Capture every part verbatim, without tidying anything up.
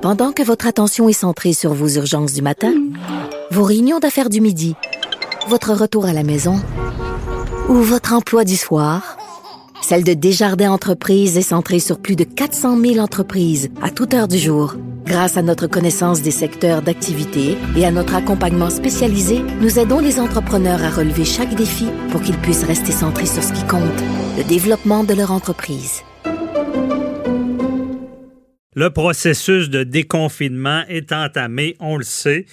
Pendant que votre attention est centrée sur vos urgences du matin, vos réunions d'affaires du midi, votre retour à la maison ou votre emploi du soir, celle de Desjardins Entreprises est centrée sur plus de quatre cent mille entreprises à toute heure du jour. Grâce à notre connaissance des secteurs d'activité et à notre accompagnement spécialisé, nous aidons les entrepreneurs à relever chaque défi pour qu'ils puissent rester centrés sur ce qui compte, le développement de leur entreprise. Le processus de déconfinement est entamé, on le sait.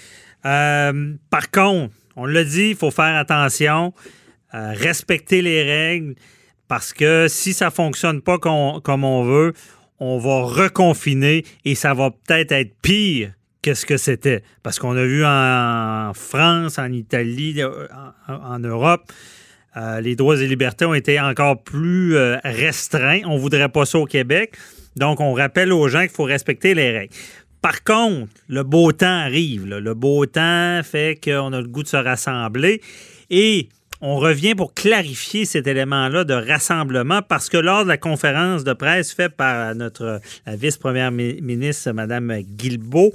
Euh, par contre, on l'a dit, il faut faire attention, euh, respecter les règles, parce que si ça ne fonctionne pas comme, comme on veut, on va reconfiner et ça va peut-être être pire que ce que c'était. Parce qu'on a vu en France, en Italie, en, en Europe, euh, les droits et libertés ont été encore plus euh, restreints. On ne voudrait pas ça au Québec. Donc, on rappelle aux gens qu'il faut respecter les règles. Par contre, le beau temps arrive. Là. Le beau temps fait qu'on a le goût de se rassembler et on revient pour clarifier cet élément-là de rassemblement parce que lors de la conférence de presse faite par notre la vice-première ministre, Mme Guilbeault,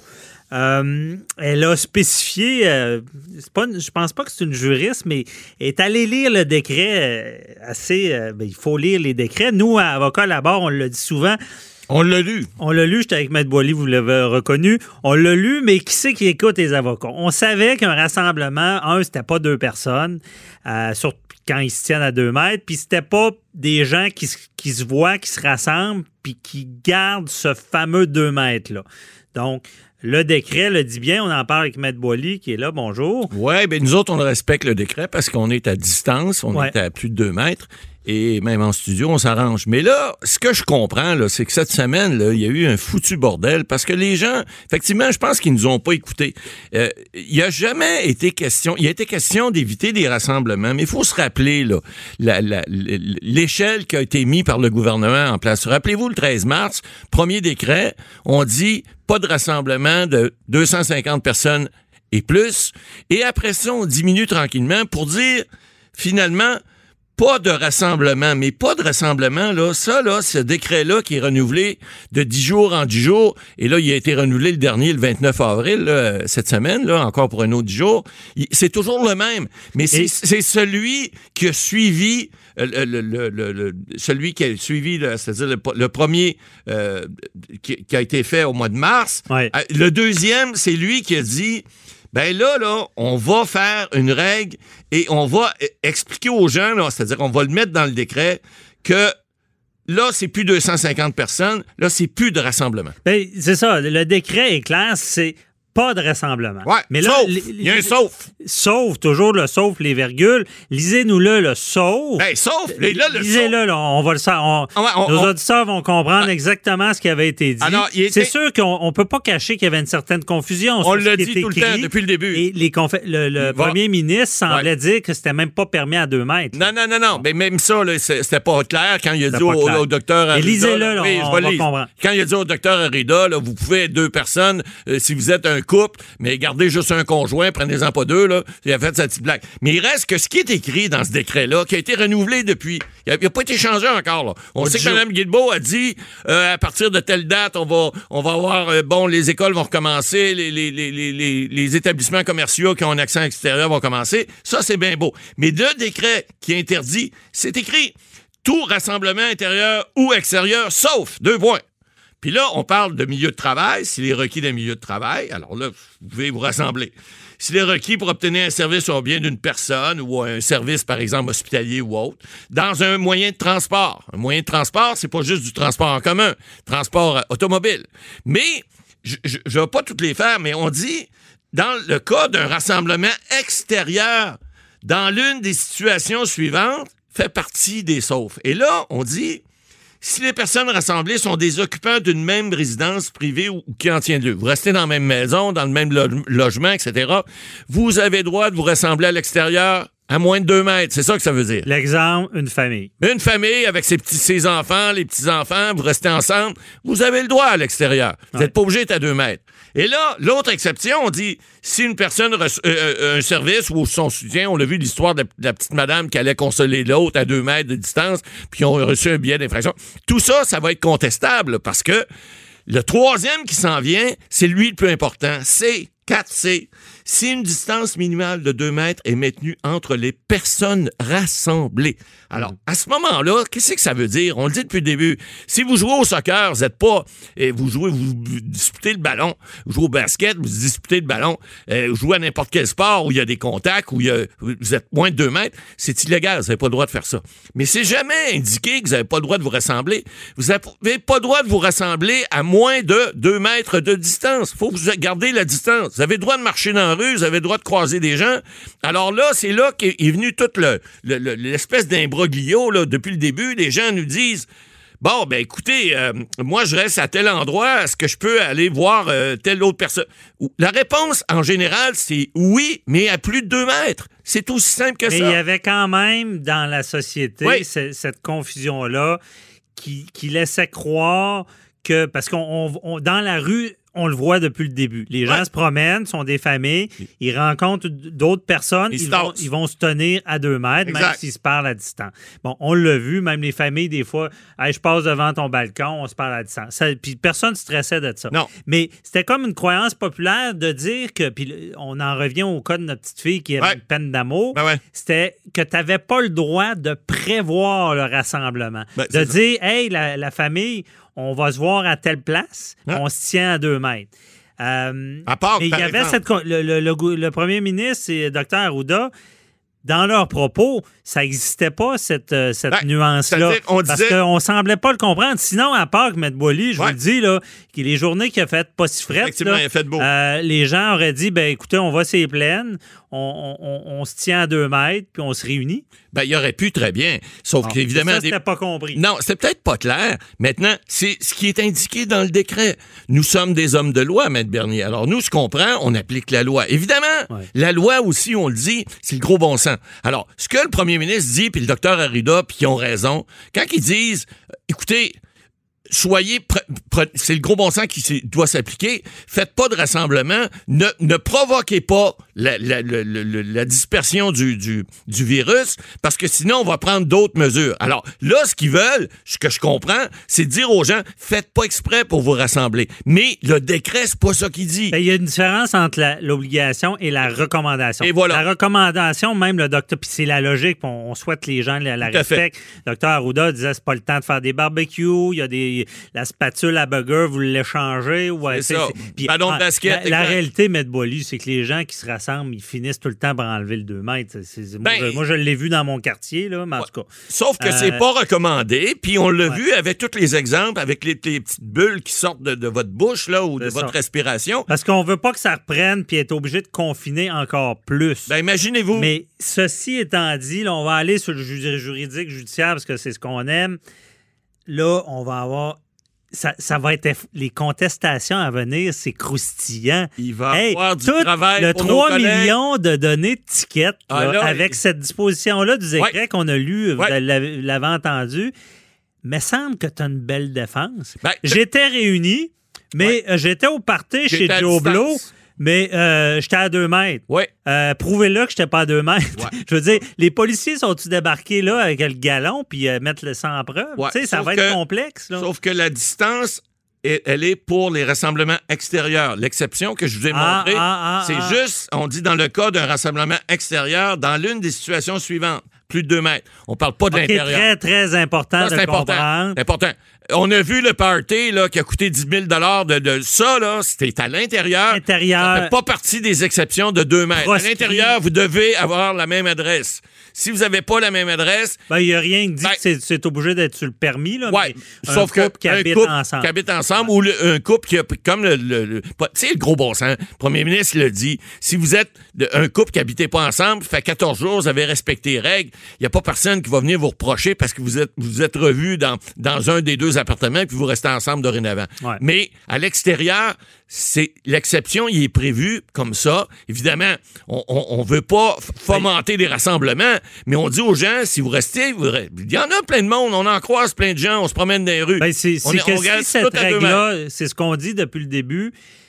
euh, elle a spécifié, euh, c'est pas, je pense pas que c'est une juriste, mais elle est allée lire le décret assez... Euh, ben, il faut lire les décrets. Nous, avocats à la barre, on le dit souvent... On l'a lu. On l'a lu, j'étais avec Maître Boily, vous l'avez reconnu. On l'a lu, mais qui c'est qui écoute les avocats? On savait qu'un rassemblement, un, c'était pas deux personnes, euh, surtout quand ils se tiennent à deux mètres, puis c'était pas des gens qui, qui se voient, qui se rassemblent, puis qui gardent ce fameux deux mètres-là. Donc, le décret le dit bien, on en parle avec Maître Boily qui est là, bonjour. Oui, bien nous autres, on respecte le décret parce qu'on est à distance, on ouais. est à plus de deux mètres. Et même en studio, on s'arrange. Mais là, ce que je comprends, là, c'est que cette semaine, là, il y a eu un foutu bordel parce que les gens, effectivement, je pense qu'ils nous ont pas écoutés. Euh, il y a jamais été question, il y a été question d'éviter des rassemblements, mais il faut se rappeler, là, la, la, l'échelle qui a été mise par le gouvernement en place. Rappelez-vous, le treize mars, premier décret, on dit pas de rassemblement de deux cent cinquante personnes et plus. Et après ça, on diminue tranquillement pour dire, finalement, pas de rassemblement, mais pas de rassemblement, là. Ça, là, ce décret-là qui est renouvelé de dix jours en dix jours, et là, il a été renouvelé le dernier, le vingt-neuf avril, là, cette semaine, là, encore pour un autre dix jours. Il, c'est toujours le même. Mais c'est, et... c'est celui qui a suivi, euh, le, le, le, le, celui qui a suivi, là, c'est-à-dire le, le premier euh, qui, qui a été fait au mois de mars. Ouais. Euh, le deuxième, c'est lui qui a dit... Ben là, là, on va faire une règle et on va expliquer aux gens, là, c'est-à-dire qu'on va le mettre dans le décret, que là, c'est plus deux cent cinquante personnes, là, c'est plus de rassemblement. Ben, c'est ça, le décret est clair, c'est pas de rassemblement. Ouais, mais là, sauf. Il y a un sauf. Sauf, toujours le sauf, les virgules. Lisez-nous-le, le sauf. Ben, sauf. Là, le Lisez-le, sauf. là, on va le savoir. On, on, nos on, auditeurs vont comprendre ah, exactement ce qui avait été dit. Alors, était... C'est sûr qu'on ne peut pas cacher qu'il y avait une certaine confusion. On l'a dit tout écrit, le temps, depuis le début. Et les conf... le, le premier ministre semblait ouais. dire que c'était même pas permis à deux mètres. Non, non, non, non. Mais même ça, là, c'était pas clair quand il a dit au, au, au docteur Arruda. Lisez-le, là, oui, on, on va comprendre. Quand il a dit au docteur Arruda, là, vous pouvez être deux personnes euh, si vous êtes un couple, mais gardez juste un conjoint, prenez-en pas deux, là. Il a fait sa petite blague. Mais il reste que ce qui est écrit dans ce décret-là, qui a été renouvelé depuis, il n'a pas été changé encore, là. On Au sait que Mme Guilbeault a dit, euh, à partir de telle date, on va, on va avoir, euh, bon, les écoles vont recommencer, les, les, les, les, les établissements commerciaux qui ont un accent extérieur vont commencer. Ça, c'est bien beau. Mais le décret qui interdit, c'est écrit tout rassemblement intérieur ou extérieur, sauf deux points. Puis là, on parle de milieu de travail. S'il est requis d'un milieu de travail, alors là, vous pouvez vous rassembler. S'il est requis pour obtenir un service au bien d'une personne ou un service, par exemple, hospitalier ou autre, dans un moyen de transport. Un moyen de transport, c'est pas juste du transport en commun, transport automobile. Mais, je ne vais pas toutes les faire, mais on dit, dans le cas d'un rassemblement extérieur, dans l'une des situations suivantes, fait partie des saufs. Et là, on dit... Si les personnes rassemblées sont des occupants d'une même résidence privée ou, ou qui en tient lieu, vous restez dans la même maison, dans le même lo- logement, et cetera, vous avez droit de vous rassembler à l'extérieur à moins de deux mètres. C'est ça que ça veut dire. L'exemple, une famille. Une famille avec ses petits, ses enfants, les petits-enfants, vous restez ensemble, vous avez le droit à l'extérieur. Vous n'êtes ouais. pas obligé d'être à deux mètres. Et là, l'autre exception, on dit, si une personne reçoit euh, un service ou son soutien, on l'a vu l'histoire de la, de la petite madame qui allait consoler l'autre à deux mètres de distance, puis ils ont reçu un billet d'infraction. Tout ça, ça va être contestable parce que Le troisième qui s'en vient, c'est lui le plus important. C'est quatre C. Si une distance minimale de deux mètres est maintenue entre les personnes rassemblées. Alors, à ce moment-là, qu'est-ce que ça veut dire? On le dit depuis le début. Si vous jouez au soccer, vous n'êtes pas... Et vous jouez, vous, vous disputez le ballon. Vous jouez au basket, vous disputez le ballon. Euh, vous jouez à n'importe quel sport où il y a des contacts, où il y a, vous êtes moins de deux mètres. C'est illégal, vous n'avez pas le droit de faire ça. Mais c'est jamais indiqué que vous n'avez pas le droit de vous rassembler. Vous n'avez pas le droit de vous rassembler à moins de deux mètres de distance. Il faut que vous gardiez la distance. Vous avez le droit de marcher dans la rue, vous avez le droit de croiser des gens. Alors là, c'est là qu'est est venu toute le, le, le, l'espèce d'imbroglio. Là, depuis le début, les gens nous disent « Bon, ben écoutez, euh, moi, je reste à tel endroit. Est-ce que je peux aller voir euh, telle autre personne? » La réponse, en général, c'est oui, mais à plus de deux mètres. C'est aussi simple que mais ça. Mais il y avait quand même, dans la société, oui. c- cette confusion-là qui, qui laissait croire que... Parce qu'on on, on, dans la rue... On le voit depuis le début. Les gens ouais. se promènent, sont des familles, ils rencontrent d'autres personnes, ils, ils, vont, ils vont se tenir à deux mètres, exact. Même s'ils se parlent à distance. Bon, on l'a vu, même les familles, des fois, hey, je passe devant ton balcon, on se parle à distance. Ça, puis personne ne stressait de ça. Non. Mais c'était comme une croyance populaire de dire que, puis on en revient au cas de notre petite fille qui avait ouais. une peine d'amour, ben ouais. c'était que tu n'avais pas le droit de prévoir le rassemblement. Ben, de dire, ça. Hey, la, la famille, on va se voir à telle place, hein? On se tient à deux mètres. Euh, à part, mais il y avait cette, le, le, le, le premier ministre et le docteur Arruda, dans leurs propos, ça n'existait pas, cette, cette ben, nuance-là. On parce disait... qu'on ne semblait pas le comprendre. Sinon, à part que M. Boily, je ouais. vous le dis, là, que les journées qu'il a faites pas si frettes, là, il a fait beau. Euh, les gens auraient dit, ben écoutez, on va ces plaines, on, on, on se tient à deux mètres, puis on se réunit. Ben, il aurait pu très bien. Sauf ah, qu'évidemment... Ça, c'était des... pas compris. Non, c'était peut-être pas clair. Maintenant, c'est ce qui est indiqué dans le décret. Nous sommes des hommes de loi, M. Bernier. Alors, nous, ce qu'on prend, on applique la loi. Évidemment, ouais. la loi aussi, on le dit, c'est le gros bon sens. Alors, ce que le premier ministre dit, puis le docteur Arruda, puis ils ont raison, quand ils disent, écoutez, soyez, pre- pre- c'est le gros bon sens qui doit s'appliquer, faites pas de rassemblement, ne, ne provoquez pas la, la, la, la, la dispersion du, du, du virus, parce que sinon, on va prendre d'autres mesures. Alors, là, ce qu'ils veulent, ce que je comprends, c'est de dire aux gens, faites pas exprès pour vous rassembler. Mais le décret, c'est pas ça qu'il dit. Il y a une différence entre la, l'obligation et la recommandation. Et voilà. La recommandation, même le docteur, puis c'est la logique, on, on souhaite que les gens la, la respectent. Le docteur Arruda disait, c'est pas le temps de faire des barbecues, il y a des, la spatule à burger, vous l'échangez. Ouais, c'est, c'est ça. Puis, ballon de basket. La, la réalité, M. Boily, c'est que les gens qui se rassemblent, ils finissent tout le temps par enlever le deux mètres. C'est, c'est, ben, moi, je, moi, je l'ai vu dans mon quartier, là, mais en ouais. tout cas. Sauf que euh, c'est pas recommandé, puis on l'a ouais. vu avec tous les exemples, avec les, les petites bulles qui sortent de, de votre bouche, là, ou de c'est votre ça. Respiration. Parce qu'on veut pas que ça reprenne, puis être obligé de confiner encore plus. Ben, imaginez-vous. Mais ceci étant dit, là, on va aller sur le juridique, judiciaire, parce que c'est ce qu'on aime. Là, on va avoir... Ça, ça va être les contestations à venir, c'est croustillant. Il va hey, avoir du tout travail le pour trois nos millions de données de tickets ah, là, là, avec il... cette disposition-là du décret ouais. qu'on a lu, vous ouais. l'avez entendu, mais semble que tu as une belle défense. Ben, j'étais réuni, mais ouais. j'étais au party j'étais chez Joe Blow. Mais euh, j'étais à deux mètres. Oui. Euh, prouvez-le que j'étais pas à deux mètres. Ouais. Je veux dire, les policiers sont-ils débarqués là avec le galon puis euh, mettre le sang en preuve? Ouais. Tu sais, ça sauf va que, être complexe. Là. Sauf que la distance, elle est pour les rassemblements extérieurs. L'exception que je vous ai ah, montrée, ah, ah, c'est ah. juste, on dit dans le cas d'un rassemblement extérieur, dans l'une des situations suivantes, plus de deux mètres. On parle pas de okay, l'intérieur. Très, très important ça, c'est de important. comprendre. C'est important. On a vu le party là, qui a coûté dix mille dollars de, de ça, là, c'était à l'intérieur. Intérieur. Ça fait pas partie des exceptions de deux mètres. Proscrit. À l'intérieur, vous devez avoir la même adresse. Si vous n'avez pas la même adresse... Ben, il n'y a rien qui dit ben, que c'est, c'est obligé d'être sur le permis. Là, ouais, mais sauf un couple que qui un habite couple ensemble. qui habite ensemble ou le, un couple qui a... Comme le... le, le tu sais, le gros bon sens. Le premier ministre l'a dit. Si vous êtes de, un couple qui n'habitez pas ensemble, fait quatorze jours, vous avez respecté les règles, il n'y a pas personne qui va venir vous reprocher parce que vous êtes vous êtes revus dans, dans un des deux appartements et puis vous restez ensemble dorénavant. Ouais. Mais à l'extérieur... C'est l'exception, il est prévu comme ça. Évidemment, on ne veut pas fomenter des rassemblements, mais on dit aux gens, si vous restez, vous, il y en a plein de monde, on en croise plein de gens, on se promène dans les rues. Ben c'est c'est on, que on si cette règle-là, c'est ce qu'on dit depuis le début,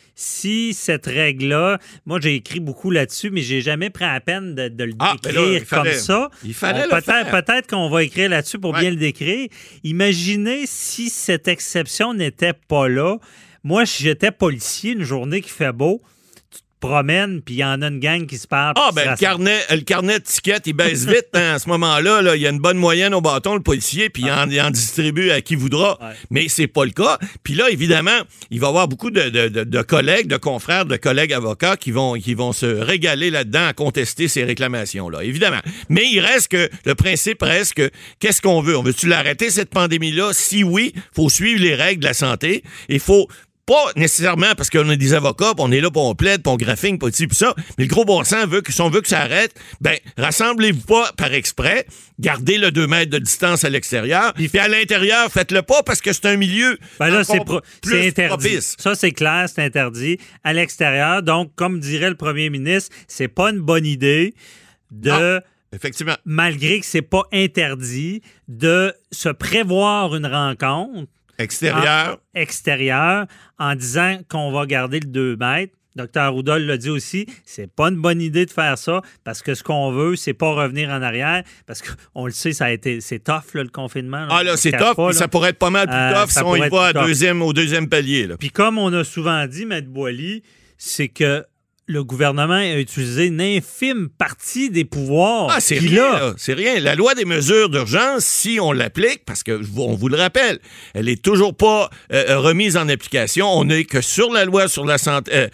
si cette règle-là, moi j'ai écrit beaucoup là-dessus, mais j'ai jamais pris la peine de, de le ah, décrire là, fallait, comme ça. Il fallait on, le peut-être, faire. peut-être qu'on va écrire là-dessus pour ouais. bien le décrire. Imaginez si cette exception n'était pas là. moi, si j'étais policier, une journée qui fait beau, tu te promènes, puis il y en a une gang qui se parle. Ah, ben, le carnet, le carnet de tickets, il baisse vite. Hein, à ce moment-là, là, il y a une bonne moyenne au bâton, le policier, puis ah. il, il en distribue à qui voudra. Ouais. Mais c'est pas le cas. Puis là, évidemment, il va y avoir beaucoup de, de, de, de collègues, de confrères, de collègues avocats qui vont, qui vont se régaler là-dedans à contester ces réclamations-là, évidemment. Mais il reste que, le principe reste que, qu'est-ce qu'on veut? On veut-tu l'arrêter, cette pandémie-là? Si oui, il faut suivre les règles de la santé. Il faut... Pas nécessairement parce qu'on a des avocats, pis on est là, pour on plaide, puis on graphine, pas ci, puis ça. Mais le gros bon sens veut que si on veut que ça arrête, ben, rassemblez-vous pas par exprès, gardez le deux mètres de distance à l'extérieur, puis à l'intérieur, faites-le pas parce que c'est un milieu ben là, c'est, pro- plus c'est interdit. Propice. Ça, c'est clair, c'est interdit. À l'extérieur, donc, comme dirait le premier ministre, c'est pas une bonne idée de... Ah. Effectivement. Malgré que c'est pas interdit, de se prévoir une rencontre extérieur. En, extérieur, en disant qu'on va garder le deux mètres. Docteur Arruda l'a dit aussi, c'est pas une bonne idée de faire ça parce que ce qu'on veut, c'est pas revenir en arrière parce qu'on le sait, ça a été, c'est tough, là, le confinement. Là, ah là, c'est tough, puis ça pourrait être pas mal plus euh, tough si on y va à deuxième, au deuxième palier. Puis comme on a souvent dit, M. Boily, c'est que le gouvernement a utilisé une infime partie des pouvoirs. Ah, c'est rien, là. C'est rien. La loi des mesures d'urgence, si on l'applique, parce que on vous le rappelle, elle est toujours pas euh, remise en application. On n'est que sur la loi sur la santé, euh,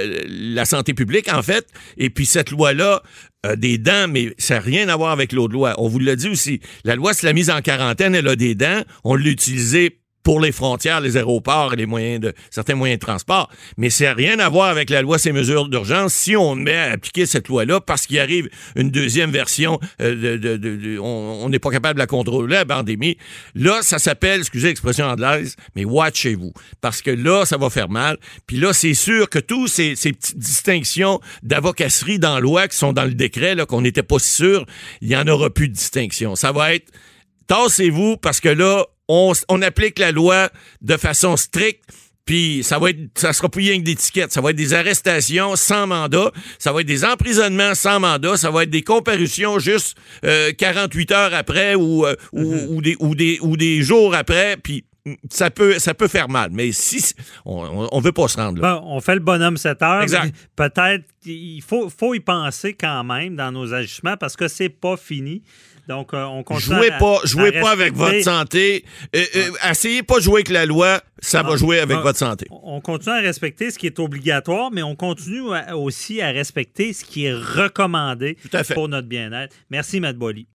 la santé publique, en fait. Et puis cette loi-là, euh, des dents, mais ça n'a rien à voir avec l'autre loi. On vous l'a dit aussi. La loi sur la mise en quarantaine, elle a des dents. On l'a utilisée pour les frontières, les aéroports et les moyens de certains moyens de transport. Mais ça n'a rien à voir avec la loi ces mesures d'urgence si on met à appliquer cette loi-là parce qu'il arrive une deuxième version, euh, de, de, de, de, on n'est pas capable de la contrôler, la pandémie. Là, ça s'appelle, excusez l'expression anglaise, mais watchez-vous. Parce que là, ça va faire mal. Puis là, c'est sûr que tous ces, ces petites distinctions d'avocasserie dans la loi qui sont dans le décret, là, qu'on n'était pas si sûr, il n'y en aura plus de distinction. Ça va être, tassez-vous parce que là, On, on applique la loi de façon stricte, puis ça va être, ça sera plus rien que des tickets. Ça va être des arrestations sans mandat, ça va être des emprisonnements sans mandat, ça va être des comparutions juste euh, quarante-huit heures après ou, euh, mm-hmm. ou, ou, des, ou, des, ou des jours après, puis ça peut, ça peut faire mal. Mais si on, on veut pas se rendre là. Bon, on fait le bonhomme sept heures. Exact. Peut-être qu'il faut, faut y penser quand même dans nos agissements parce que c'est pas fini. Donc, euh, on continue jouez à, pas, jouez à pas avec votre santé. Euh, euh, essayez pas de jouer avec la loi, ça ah, va jouer avec ah, votre santé. On continue à respecter ce qui est obligatoire, mais on continue à, aussi à respecter ce qui est recommandé pour notre bien-être. Merci, M. Boily.